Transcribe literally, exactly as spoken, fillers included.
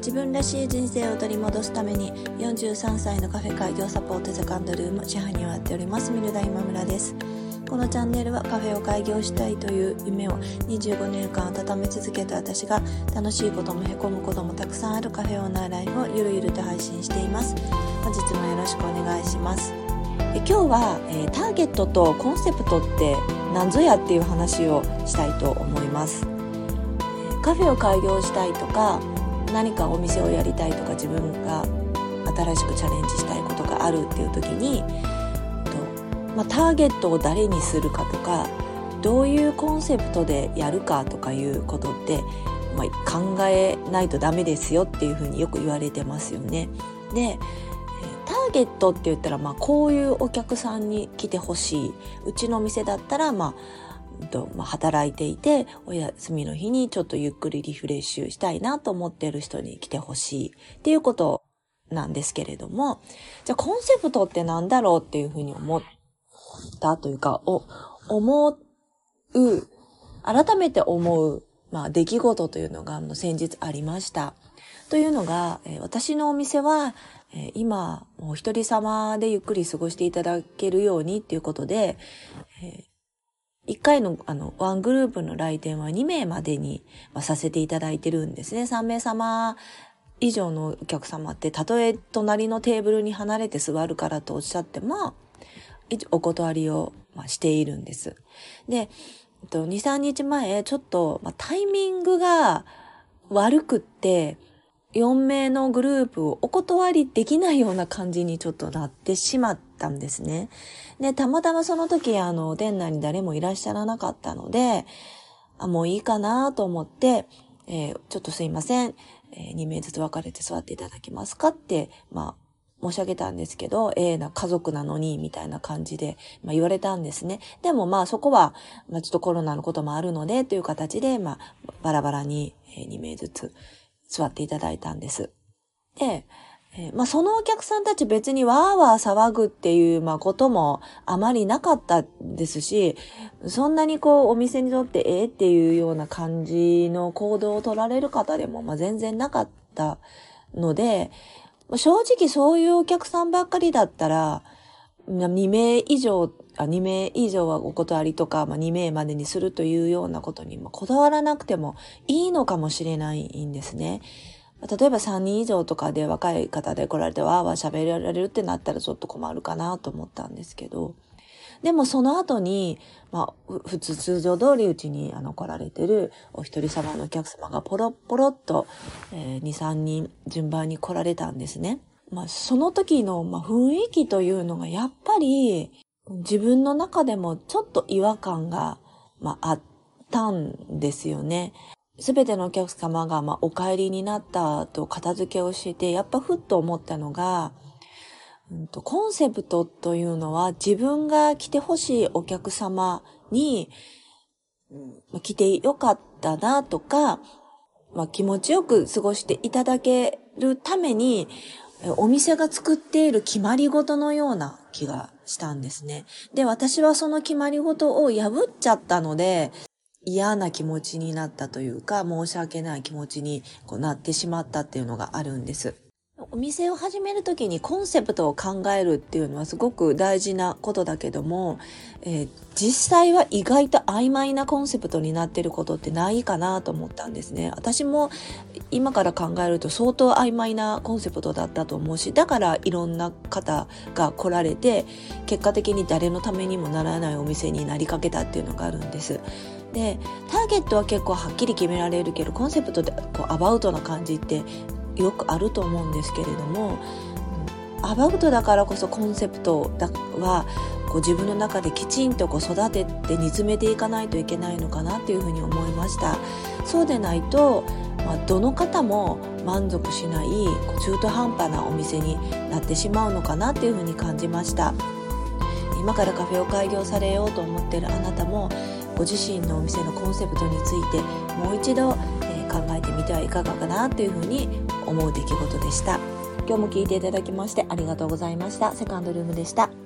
自分らしい人生を取り戻すためによんじゅうさんさいのカフェ開業サポートセカンドルーム支配人をやっておりますミルダ今村です。このチャンネルはカフェを開業したいという夢をにじゅうごねんかん温め続けた私が楽しいこともへこむこともたくさんあるカフェオーナーライフをゆるゆると配信しています。本日もよろしくお願いします。え今日は、えー、ターゲットとコンセプトって何ぞやっていう話をしたいと思います。えー、カフェを開業したいとか何かお店をやりたいとか自分が新しくチャレンジしたいことがあるっていう時にまあ、ターゲットを誰にするかとかどういうコンセプトでやるかとかいうことって、まあ、考えないとダメですよっていうふうによく言われてますよね。でターゲットって言ったら、まあ、こういうお客さんに来てほしい。うちのお店だったら、まあとまあ、働いていてお休みの日にちょっとゆっくりリフレッシュしたいなと思っている人に来てほしいっていうことなんですけれども、じゃあコンセプトってなんだろうっていうふうに思ってたというか、お、思う、改めて思う、まあ、出来事というのが、あの、先日ありました。というのが、えー、私のお店は、えー、今、お一人様でゆっくり過ごしていただけるようにっていうことで、えー、いっかいの、あの、ワングループの来店はにめいまでに、まあ、させていただいてるんですね。さんめいさま以上のお客様って、たとえ隣のテーブルに離れて座るからとおっしゃっても、お断りをしているんです。で、に、さんにちまえちょっとタイミングが悪くってよんめいのグループをお断りできないような感じにちょっとなってしまったんですね。で、たまたまその時あの店内に誰もいらっしゃらなかったので、あもういいかなと思って、えー、ちょっとすいません、えー、にめいずつ分かれて座っていただけますかって、まあ申し上げたんですけど、ええな家族なのに、みたいな感じで、まあ、言われたんですね。でもまあそこは、まあちょっとコロナのこともあるので、という形で、まあバラバラににめいずつ座っていただいたんです。で、えー、まあそのお客さんたち別にわーわー騒ぐっていう、まあこともあまりなかったですし、そんなにこうお店にとってええっていうような感じの行動を取られる方でも、まあ全然なかったので、正直そういうお客さんばっかりだったら、にめい以上、あにめい以上はお断りとか、まあ、にめいまでにするというようなことにこだわらなくてもいいのかもしれないんですね。例えばさんにん以上とかで若い方で来られてわーわー喋られるってなったらちょっと困るかなと思ったんですけど、でもその後に、まあ、普通通常通りうちにあの来られてるお一人様のお客様がポロッポロッと、えー、に、さんにん順番に来られたんですね。まあ、その時の、まあ、雰囲気というのがやっぱり自分の中でもちょっと違和感が、まあ、あったんですよね。すべてのお客様が、まあ、お帰りになったと片付けをして、やっぱふっと思ったのが、コンセプトというのは自分が来てほしいお客様に来てよかったなとか、まあ、気持ちよく過ごしていただけるためにお店が作っている決まり事のような気がしたんですね。で、私はその決まり事を破っちゃったので嫌な気持ちになったというか申し訳ない気持ちにこうなってしまったっていうのがあるんです。お店を始めるときにコンセプトを考えるっていうのはすごく大事なことだけども、えー、実際は意外と曖昧なコンセプトになっていることってないかなと思ったんですね。私も今から考えると相当曖昧なコンセプトだったと思うし、だからいろんな方が来られて結果的に誰のためにもならないお店になりかけたっていうのがあるんです。で、ターゲットは結構はっきり決められるけど、コンセプトでこうアバウトな感じってよくあると思うんですけれども、アバウトだからこそコンセプトはこう自分の中できちんとこう育てて煮詰めていかないといけないのかなというふうに思いました。そうでないと、まあ、どの方も満足しないこう中途半端なお店になってしまうのかなというふうに感じました。今からカフェを開業されようと思っているあなたもご自身のお店のコンセプトについてもう一度、えー、考えてみてはいかがかなというふうに思う出来事でした。今日も聞いていただきましてありがとうございました。セカンドルームでした。